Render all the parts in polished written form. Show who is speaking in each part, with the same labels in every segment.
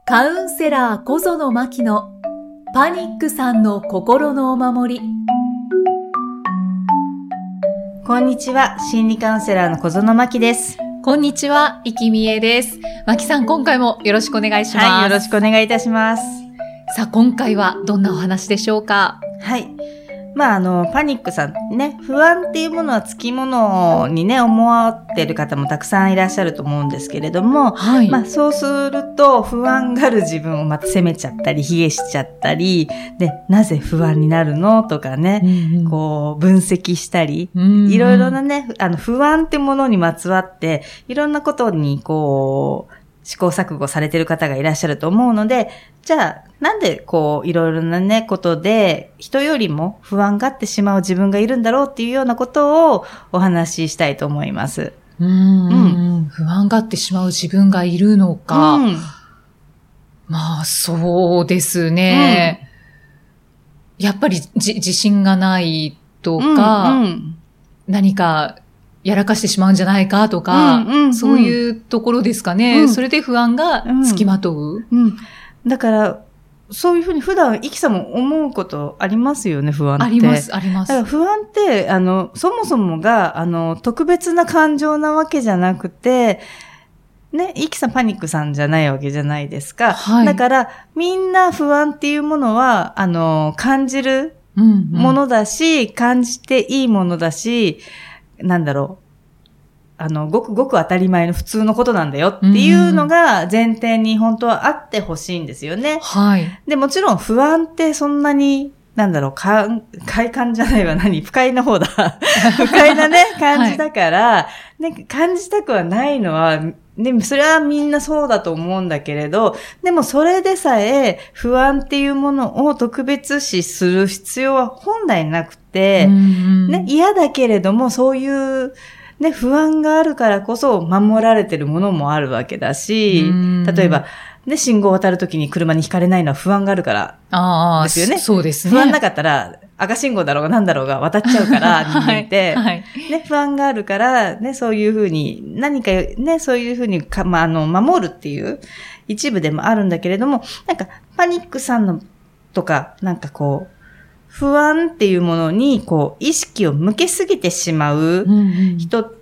Speaker 1: カウンセラー小園真希のパニックさんの心のお守り。
Speaker 2: こんにちは、心理カウンセラーの小園真希です。
Speaker 1: こんにちは、生きみえです。真希さん、今回もよろしくお願いします。
Speaker 2: はい、よろしくお願いいたします。
Speaker 1: さあ、今回はどんなお話でしょうか？
Speaker 2: はい。パニックさんね、不安っていうものはつきものにね、思ってる方もたくさんいらっしゃると思うんですけれども、
Speaker 1: はい。
Speaker 2: そうすると、不安がる自分をまた責めちゃったり、卑下しちゃったり、で、なぜ不安になるのとかね、こう、分析したり、いろいろなね、不安ってものにまつわって、いろんなことにこう、試行錯誤されている方がいらっしゃると思うので、じゃあ、なんでこう、いろいろなね、ことで、人よりも不安がってしまう自分がいるんだろうっていうようなことをお話ししたいと思います。
Speaker 1: 不安がってしまう自分がいるのか。そうですね。やっぱり自信がないとか、何かやらかしてしまうんじゃないかとか、そういうところですかね。それで不安がつきまとう。
Speaker 2: だから、そういうふうに普段、イキさんも思うことありますよね、不安って。
Speaker 1: あります、あります。
Speaker 2: だから不安って、そもそもが、特別な感情なわけじゃなくて、ね、イキさんパニックさんじゃないわけじゃないですか。
Speaker 1: はい。
Speaker 2: だから、みんな不安っていうものは、感じるものだし、感じていいものだし、ごくごく当たり前の普通のことなんだよっていうのが前提に本当はあってほしいんですよね。
Speaker 1: はい。
Speaker 2: で、もちろん不安ってそんなに、快感じゃないわ、不快な方だ。不快なね、感じだから、ね、感じたくはないのは、ね、それはみんなそうだと思うんだけれど、でもそれでさえ不安っていうものを特別視する必要は本来なくて、ね、嫌だけれどもそういう、ね、不安があるからこそ守られてるものもあるわけだし、例えば、ね、信号を渡るときに車に引かれないのは不安があるからですよね。
Speaker 1: そうですね。
Speaker 2: 不安なかったら赤信号だろうが何だろうが渡っちゃうから、人間って、
Speaker 1: はい。
Speaker 2: ね、不安があるから、ね、そういうふうに、何かね、そういうふうに守るっていう一部でもあるんだけれども、パニックさんのとか、不安っていうものに、意識を向けすぎてしまう人って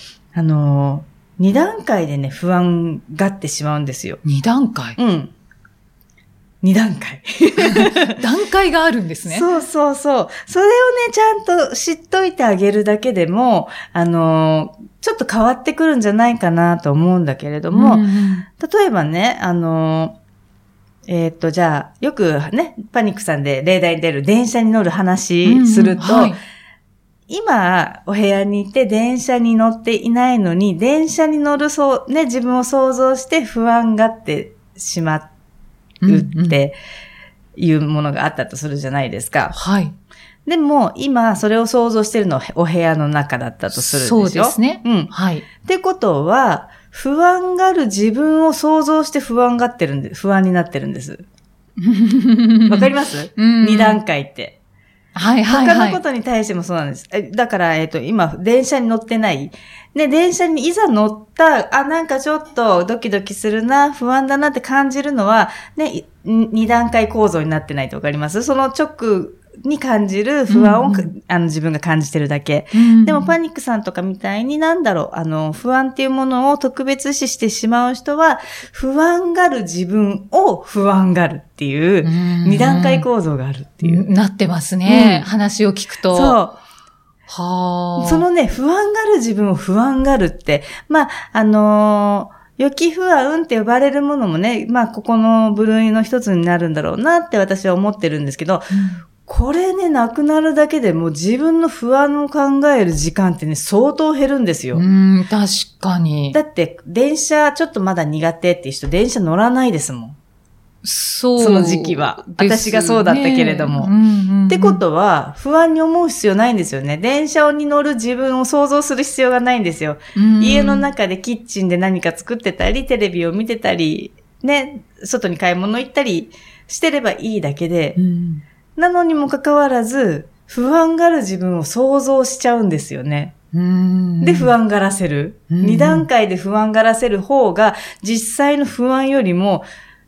Speaker 2: 、2段階でね、不安がってしまうんですよ。
Speaker 1: 2段階
Speaker 2: 2段階。
Speaker 1: 段階があるんですね。
Speaker 2: そう。それをね、ちゃんと知っといてあげるだけでも、ちょっと変わってくるんじゃないかなと思うんだけれども、例えばね、じゃあ、よくね、パニックさんで例題に出る電車に乗る話すると、今、お部屋にいて電車に乗っていないのに、電車に乗る自分を想像して不安がってしまうっていうものがあったとするじゃないですか。
Speaker 1: はい。
Speaker 2: でも、今、それを想像してるのはお部屋の中だったとするでしょ。
Speaker 1: そうですね。はい。
Speaker 2: ってことは、不安がる自分を想像して不安になってるんです。わかります ?2 段階って。はい。他のことに対してもそうなんです。だから、今、電車に乗ってない。ね、電車にいざ乗った、ちょっとドキドキするな、不安だなって感じるのは、ね、2段階構造になってないとわかります？その直に感じる不安を、自分が感じてるだけ。でもパニックさんとかみたいに不安っていうものを特別視してしまう人は、不安がる自分を不安がるっていう2段階構造があるっていう。
Speaker 1: なってますね。話を聞くと。
Speaker 2: そう。そのね、不安がる自分を不安がるって、予期不安って呼ばれるものもね、ここの部類の一つになるんだろうなって私は思ってるんですけど、これね、なくなるだけでもう自分の不安を考える時間ってね、相当減るんですよ。
Speaker 1: 確かに。
Speaker 2: だって、電車ちょっとまだ苦手っていう人、電車乗らないですもん。その時期は。私がそうだったけれども。ってことは、不安に思う必要ないんですよね。電車に乗る自分を想像する必要がないんですよ。家の中でキッチンで何か作ってたり、テレビを見てたり、ね、外に買い物行ったりしてればいいだけで、なのにもかかわらず、不安がる自分を想像しちゃうんですよね。で、不安がらせる。2段階で不安がらせる方が、実際の不安よりも、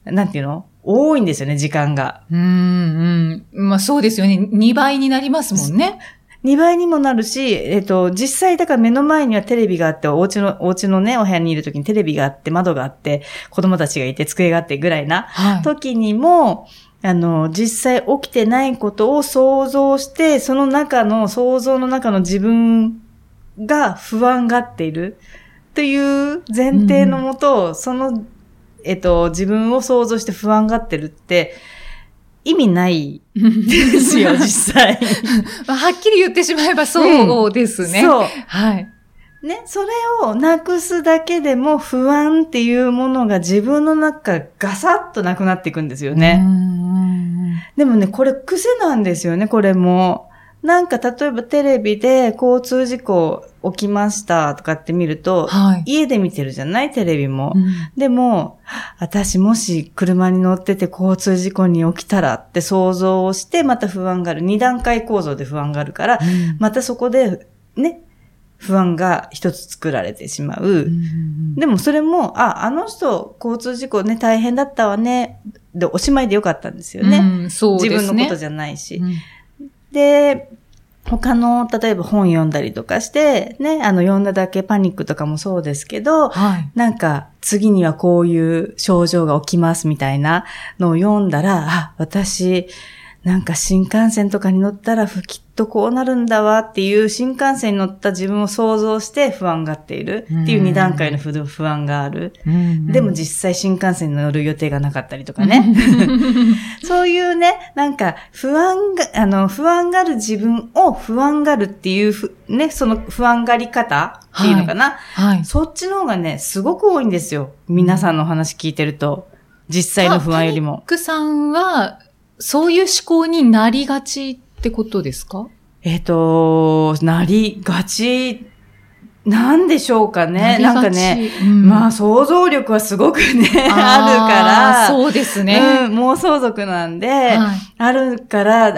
Speaker 2: なんていうの？多いんですよね、時間が。
Speaker 1: まあそうですよね。2倍になりますもんね。
Speaker 2: 2倍にもなるし、実際だから目の前にはテレビがあって、お家のね、お部屋にいる時にテレビがあって、窓があって、子供たちがいて、机があってぐらいな時にも、実際起きてないことを想像して、その想像の中の自分が不安がっているという前提のもと、自分を想像して不安がってるって、意味ないですよ、実際。
Speaker 1: はっきり言ってしまえばそうですね。
Speaker 2: そう。
Speaker 1: はい。
Speaker 2: ね、それをなくすだけでも不安っていうものが自分の中ガサッとなくなっていくんですよね。でもね、これ癖なんですよね、これも。なんか例えばテレビで交通事故起きましたとかって見ると、はい、家で見てるじゃないテレビも、でも、私もし車に乗ってて交通事故に起きたらって想像をしてまた不安がある。2段階構造で不安があるから、またそこでね、不安が一つ作られてしまう。でもそれも、あの人交通事故ね大変だったわね。で、おしまいでよかったんですよね。
Speaker 1: そうですね。
Speaker 2: 自分のことじゃないし。で、他の、例えば本読んだりとかして、ね、読んだだけパニックとかもそうですけど、はい、なんか、次にはこういう症状が起きますみたいなのを読んだら、私、なんか新幹線とかに乗ったらきっとこうなるんだわっていう新幹線に乗った自分を想像して不安がっているっていう2段階の不安がある。でも実際新幹線に乗る予定がなかったりとかね。そういうね、なんか不安がある自分を不安がるっていうね、その不安がり方っていうのかな。はいはい、そっちの方がね、すごく多いんですよ。皆さんのお話聞いてると。実際の不安よりも。
Speaker 1: パニックさんは、そういう思考になりがちってことですか？
Speaker 2: なりがち、なんでしょうかね。なんかね、まあ想像力はすごくね、あるから。
Speaker 1: そうですね。
Speaker 2: 妄想族なんで、はい、あるから、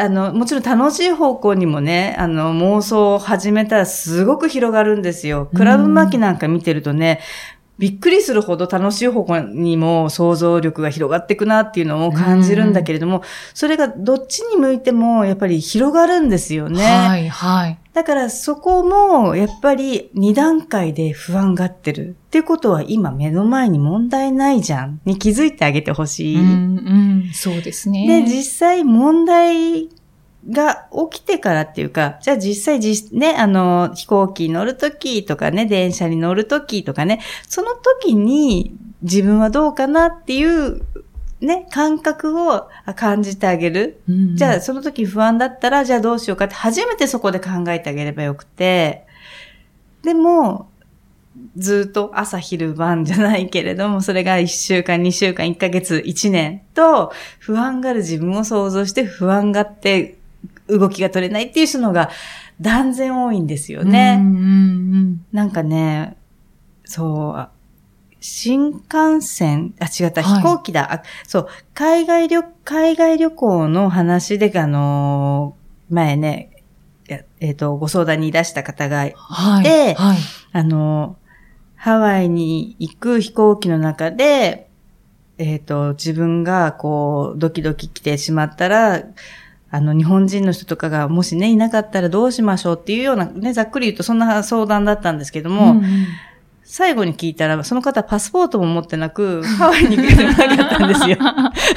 Speaker 2: もちろん楽しい方向にもね、妄想を始めたらすごく広がるんですよ。クラブマキなんか見てるとね、びっくりするほど楽しい方向にも想像力が広がっていくなっていうのを感じるんだけれども、それがどっちに向いてもやっぱり広がるんですよね。
Speaker 1: はいはい。
Speaker 2: だからそこもやっぱり2段階で不安がってるっていうことは今目の前に問題ないじゃんに気づいてあげてほしい。
Speaker 1: そうですね。
Speaker 2: で、実際問題が起きてからっていうか、じゃあ実際ね、飛行機に乗るときとかね、電車に乗るときとかね、その時に自分はどうかなっていうね、感覚を感じてあげる。じゃあその時不安だったら、じゃあどうしようかって初めてそこで考えてあげればよくて、でも、ずっと朝昼晩じゃないけれども、それが1週間、2週間、1ヶ月、1年と、不安がある自分を想像して不安があって、動きが取れないっていう人のが断然多いんですよね。なんかね、そう、新幹線、違った、飛行機だ。そう、海外旅行の話で、前ね、ご相談に出した方がいて、ハワイに行く飛行機の中で、自分がこう、ドキドキ来てしまったら、日本人の人とかがもしね、いなかったらどうしましょうっていうような、ね、ざっくり言うとそんな相談だったんですけども、最後に聞いたら、その方パスポートも持ってなく、ハワイに行くようなかったんですよ。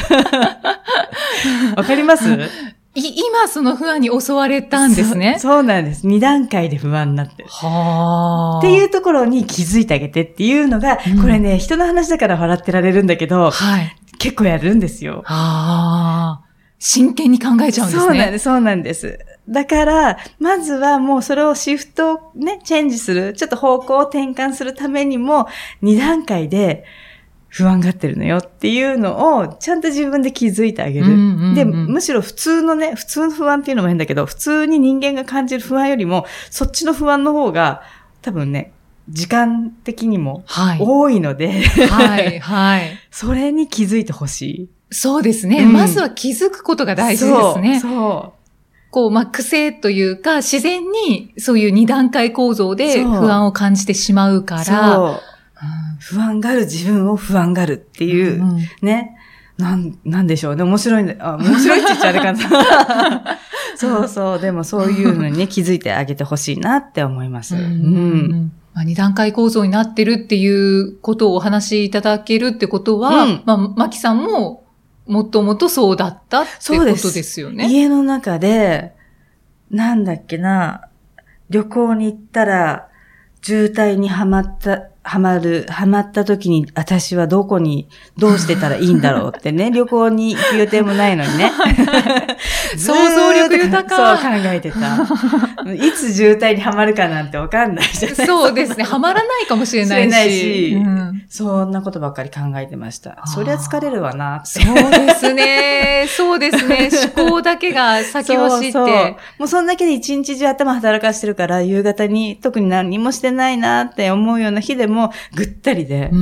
Speaker 2: わかります？
Speaker 1: 今その不安に襲われたんですね。
Speaker 2: そうなんです。2段階で不安になってる。っていうところに気づいてあげてっていうのが、これね、人の話だから笑ってられるんだけど、結構やるんですよ。
Speaker 1: 真剣に考えちゃうんですね。
Speaker 2: そうなんです。だから、まずはもうそれをシフトね、チェンジする、ちょっと方向を転換するためにも、2段階で不安がってるのよっていうのを、ちゃんと自分で気づいてあげる。で、むしろ普通の不安っていうのも変だけど、普通に人間が感じる不安よりも、そっちの不安の方が、多分ね、時間的にも多いので、それに気づいてほしい。
Speaker 1: そうですね。まずは気づくことが大事ですね。こう、癖というか、自然にそういう2段階構造で不安を感じてしまうから。
Speaker 2: 不安がる自分を不安がるっていう、ね。 なんでしょうね。面白いって言っちゃあれかな。そうそう。でもそういうのにね、気づいてあげてほしいなって思います。
Speaker 1: 二段階構造になってるっていうことをお話しいただけるってことは、マキさんももともとそうだったってことですよね。
Speaker 2: 家の中で、なんだっけな、旅行に行ったら、渋滞にはまった時に、私はどうしてたらいいんだろうってね、旅行に行く予定もないのにね。
Speaker 1: 想像力豊か。
Speaker 2: そう考えてた。いつ渋滞にはまるかなんてわかんないじゃないですか。
Speaker 1: そうですね。はまらないかもしれないし。
Speaker 2: そんなことばっかり考えてました。そりゃ疲れるわなって。
Speaker 1: そうですね。そうですね。思考だけが先走って。そう
Speaker 2: もうそんだけで一日中頭働かしてるから、夕方に特に何もしてないなって思うような日でもぐったりで。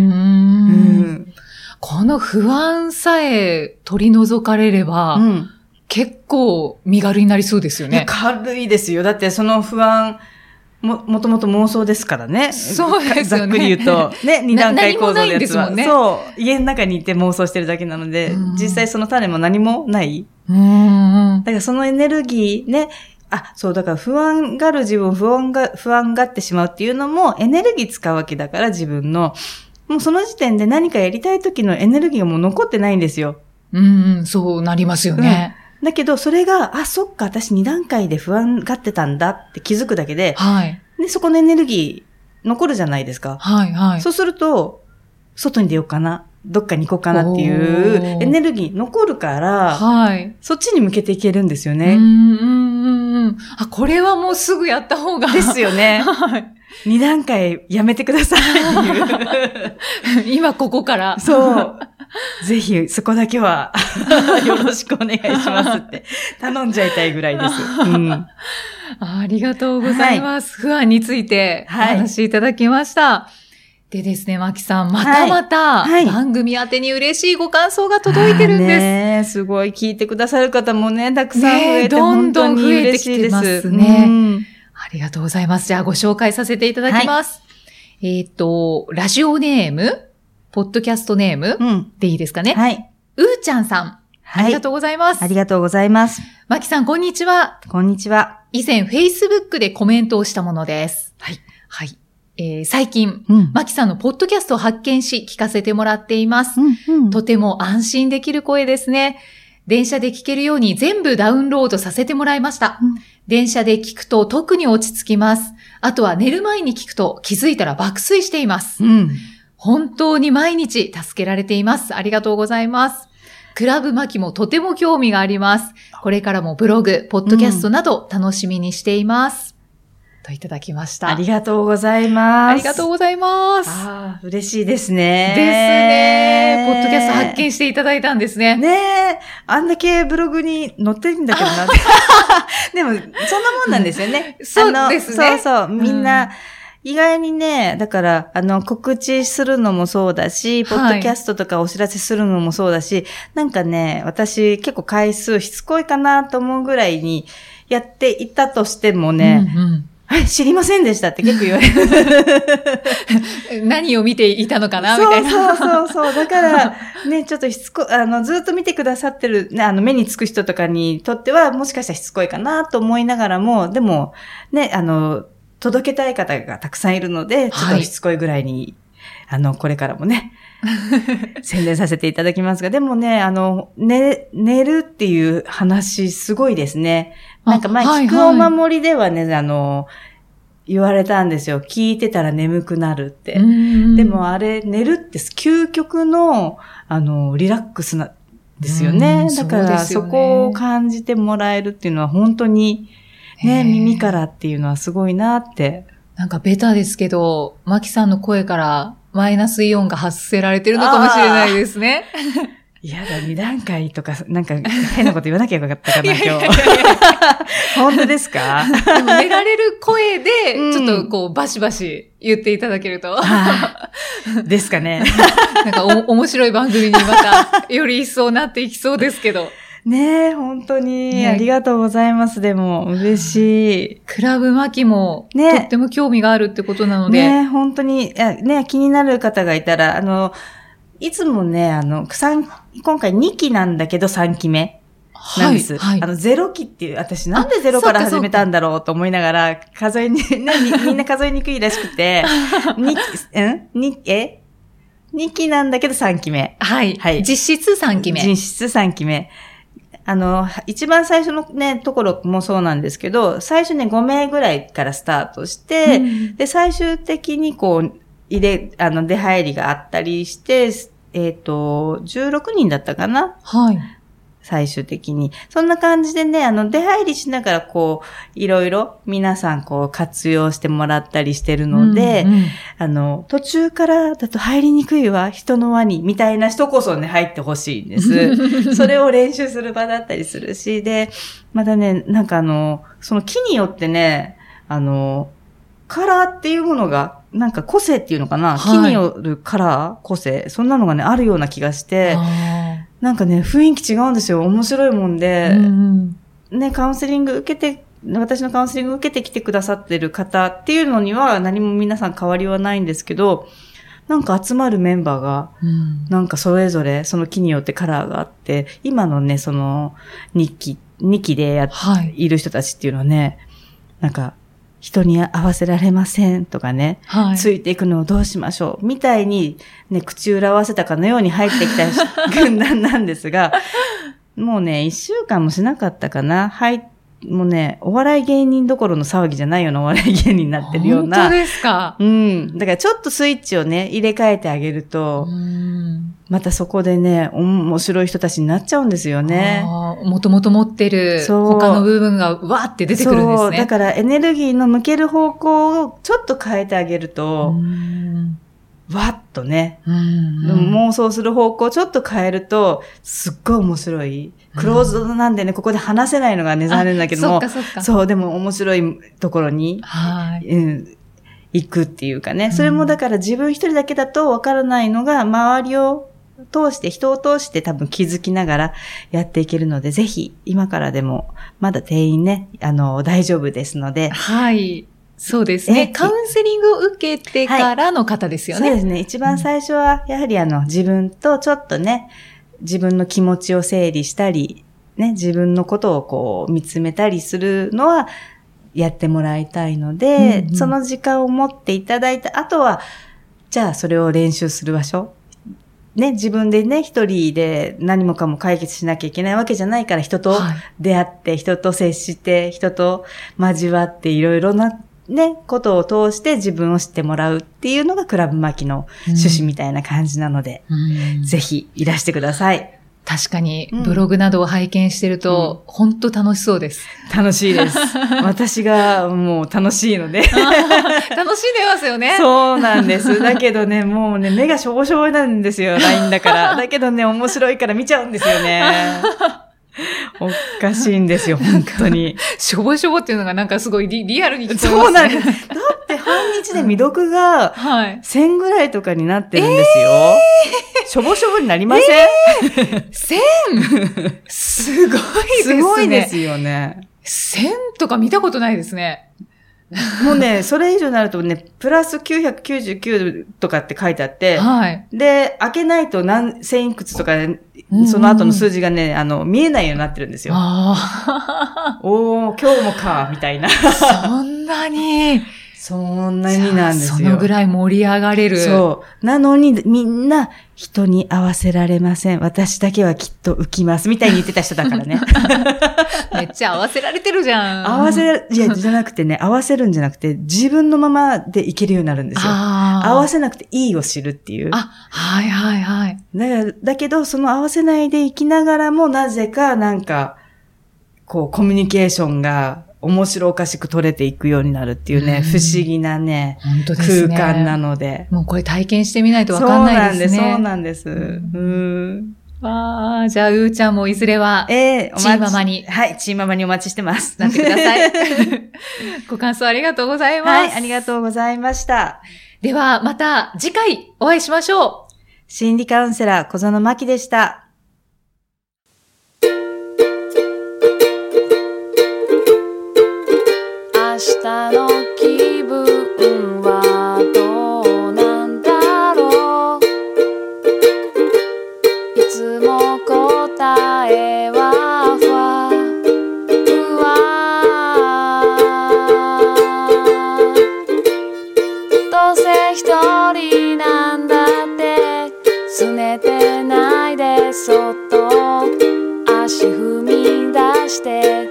Speaker 1: この不安さえ取り除かれれば、結構身軽になりそうですよね。
Speaker 2: 軽いですよ。だってその不安、もともと妄想ですからね。
Speaker 1: そうですよね。
Speaker 2: ざっくり言うと。ね、二段階構造のやつは。
Speaker 1: 何もないんですもんね。
Speaker 2: そう。家の中にいて妄想してるだけなので、実際その種も何もない。だからそのエネルギーね、そう、だから不安がる自分、不安がってしまうっていうのもエネルギー使うわけだから自分の。もうその時点で何かやりたい時のエネルギーがもう残ってないんですよ。
Speaker 1: そうなりますよね。
Speaker 2: だけど、それが、そっか、私2段階で不安がってたんだって気づくだけで、で、そこのエネルギー残るじゃないですか。そうすると、外に出ようかな、どっかに行こうかなっていうエネルギー残るから、そっちに向けていけるんですよね。
Speaker 1: これはもうすぐやった方が。
Speaker 2: ですよね。2段階やめてくださいっていう。
Speaker 1: 今ここから。
Speaker 2: そう。ぜひ、そこだけは、よろしくお願いしますって、頼んじゃいたいぐらいです。
Speaker 1: ありがとうございます。不安についてお話しいただきました。でですね、マキさん、またまた、番組宛てに嬉しいご感想が届いてるんです。
Speaker 2: すごい聞いてくださる方もね、たくさん増えて、
Speaker 1: どんどん増えてきてますね。ありがとうございます。じゃあご紹介させていただきます。ラジオネームポッドキャストネーム、でいいですかね。うーちゃんさん。ありがとうございます。
Speaker 2: ありがとうございます。
Speaker 1: マキさん、こんにちは。
Speaker 2: こんにちは。
Speaker 1: 以前、Facebook でコメントをしたものです。最近、マキさんのポッドキャストを発見し、聞かせてもらっています。とても安心できる声ですね。電車で聞けるように全部ダウンロードさせてもらいました。電車で聞くと特に落ち着きます。あとは寝る前に聞くと気づいたら爆睡しています。本当に毎日助けられています。ありがとうございます。クラブマキもとても興味があります。これからもブログ、ポッドキャストなど楽しみにしています。といただきました。
Speaker 2: ありがとうございます。
Speaker 1: ありがとうございます。
Speaker 2: 嬉しいですね。
Speaker 1: ですね。ポッドキャスト発見していただいたんですね。
Speaker 2: あんだけブログに載ってるんだけどな。でも、そんなもんなんですよね。
Speaker 1: そうですね。
Speaker 2: みんな、意外にね、だから、告知するのもそうだし、ポッドキャストとかお知らせするのもそうだし、なんかね、私結構回数しつこいかなと思うぐらいにやっていたとしてもね、知りませんでしたって結構言われ
Speaker 1: る。何を見ていたのかなみたい
Speaker 2: な。そう。だから、ね、ちょっとずっと見てくださってる、ね、目につく人とかにとっては、もしかしたらしつこいかなと思いながらも、でも、ね、届けたい方がたくさんいるので、ちょっとしつこいぐらいに、これからもね、宣伝させていただきますが、でもね、寝るっていう話、すごいですね。なんか前、聞くお守りではね、言われたんですよ。聞いてたら眠くなるって。でもあれ、寝るって究極の、リラックスですよね。だから、そこを感じてもらえるっていうのは本当に、ね、耳からっていうのはすごいなって。
Speaker 1: なんかベタですけど、マキさんの声からマイナスイオンが発せられてるのかもしれないですね。
Speaker 2: やだ、2段階とか、なんか変なこと言わなきゃよかったかな、今日。本当ですか？
Speaker 1: でも寝られる声で、ちょっとこう、バシバシ言っていただけると。
Speaker 2: ですかね。
Speaker 1: なんか面白い番組にまた、より一層なっていきそうですけど。
Speaker 2: ねえ、本当に、ありがとうございます。でも、嬉しい。
Speaker 1: クラブマキも、とっても興味があるってことなので。
Speaker 2: ねえ、本当に、ね、気になる方がいたら、 いつもね、今回2期なんだけど3期目なんです。はい。0期っていう、私なんで0から始めたんだろうと思いながら、数えに、みんな数えにくいらしくて、2期なんだけど3期目。
Speaker 1: はい。はい。実質3期目。
Speaker 2: 実質3期目。一番最初のね、ところもそうなんですけど、最初ね、5名ぐらいからスタートして、で、最終的にこう、出入りがあったりして、16人だったかな？はい。最終的に。そんな感じでね、出入りしながらこう、いろいろ皆さんこう活用してもらったりしてるので、途中からだと入りにくいわ、人の輪に、みたいな人こそね、入ってほしいんです。それを練習する場だったりするし、で、またね、なんかその木によってね、カラーっていうものが、なんか個性っていうのかな、木によるカラー、個性、そんなのがね、あるような気がして、なんかね、雰囲気違うんですよ。面白いもんで、ね、カウンセリング受けて、私のカウンセリング受けてきてくださってる方っていうのには何も皆さん変わりはないんですけど、なんか集まるメンバーが、なんかそれぞれその木によってカラーがあって、今のね、その2期でいる人たちっていうのはね、なんか、人に合わせられませんとかね、ついていくのをどうしましょうみたいにね、口裏合わせたかのように入ってきた軍団なんですが、もうね、1週間もしなかったかな。もうね、お笑い芸人どころの騒ぎじゃないようなお笑い芸人になってるような。
Speaker 1: 本当ですか？
Speaker 2: うん。だからちょっとスイッチをね、入れ替えてあげると、またそこでね、面白い人たちになっちゃうんですよね。
Speaker 1: もともと持ってる他の部分がわーって出てくるんですね。そう。
Speaker 2: だからエネルギーの向ける方向をちょっと変えてあげると、わっとね、妄想する方向をちょっと変えると、すっごい面白い。クローズドなんでね、ここで話せないのがね、残念だけども、そう、でも面白いところに、行くっていうかね。それもだから自分一人だけだとわからないのが、周りを通して、人を通して多分気づきながらやっていけるので、ぜひ今からでも、まだ定員ね、大丈夫ですので。
Speaker 1: はい。そうですね。カウンセリングを受けてからの方ですよね。
Speaker 2: そうですね。一番最初は、やはり自分とちょっとね、自分の気持ちを整理したり、ね、自分のことをこう見つめたりするのはやってもらいたいので、その時間を持っていただいた後は、じゃあそれを練習する場所。ね、自分でね、一人で何もかも解決しなきゃいけないわけじゃないから、人と出会って、人と接して、人と交わっていろいろなね、ことを通して自分を知ってもらうっていうのがクラブマキの趣旨みたいな感じなので、ぜひいらしてください。
Speaker 1: 確かに、ブログなどを拝見してると、本当楽しそうです。
Speaker 2: 楽しいです。私がもう楽しいので。
Speaker 1: 楽しんでますよね。
Speaker 2: そうなんです。だけどね、もうね、目がしょぼしょぼなんですよ、LINE だから。だけどね、面白いから見ちゃうんですよね。おかしいんですよ、本当に。
Speaker 1: しょぼしょぼっていうのがなんかすごいリアルに聞こえますね。
Speaker 2: そうなんです。だって半日で未読が1000ぐらいとかになってるんですよ。しょぼしょぼになりません
Speaker 1: ？1000? すごいですね。
Speaker 2: すごいですよね。
Speaker 1: 1000とか見たことないですね。
Speaker 2: もうね、それ以上になるとね、プラス999とかって書いてあって、で、開けないと1000いくつとか、その後の数字がね、見えないようになってるんですよ。おー、今日もか、みたいな。
Speaker 1: そんなに
Speaker 2: なんですよ。
Speaker 1: そのぐらい盛り上がれる。
Speaker 2: そう。なのに、みんな、人に合わせられません。私だけはきっと浮きます。みたいに言ってた人だからね。
Speaker 1: めっちゃ合わせられてるじゃ
Speaker 2: ん。じゃなくてね、合わせるんじゃなくて、自分のままでいけるようになるんですよ。合わせなくていいを知るっていう。
Speaker 1: はいはいはい。
Speaker 2: だけど、その合わせないで生きながらも、なぜか、なんか、こう、コミュニケーションが、面白おかしく取れていくようになるっていうね、不思議なね、空間なので。
Speaker 1: もうこれ体験してみないとわかんないですね。
Speaker 2: そうなんです。
Speaker 1: わあ、じゃあ、うーちゃんもいずれは、チーママに。
Speaker 2: はい、チーママにお待ちしてます。
Speaker 1: なってください。ご感想ありがとうございます。
Speaker 2: はい、ありがとうございました。
Speaker 1: では、また次回お会いしましょう。
Speaker 2: 心理カウンセラー小園真希でした。
Speaker 3: 明日の気分はどうなんだろう。 拗ねてないでそっと足踏み出して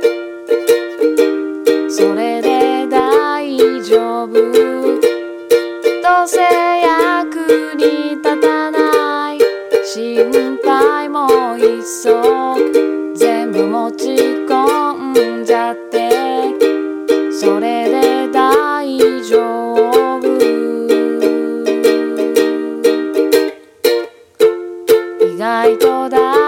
Speaker 3: それで大丈夫どうせ役に立たない心配もいっそ全部持ち込んじゃってそれで大丈夫意外と大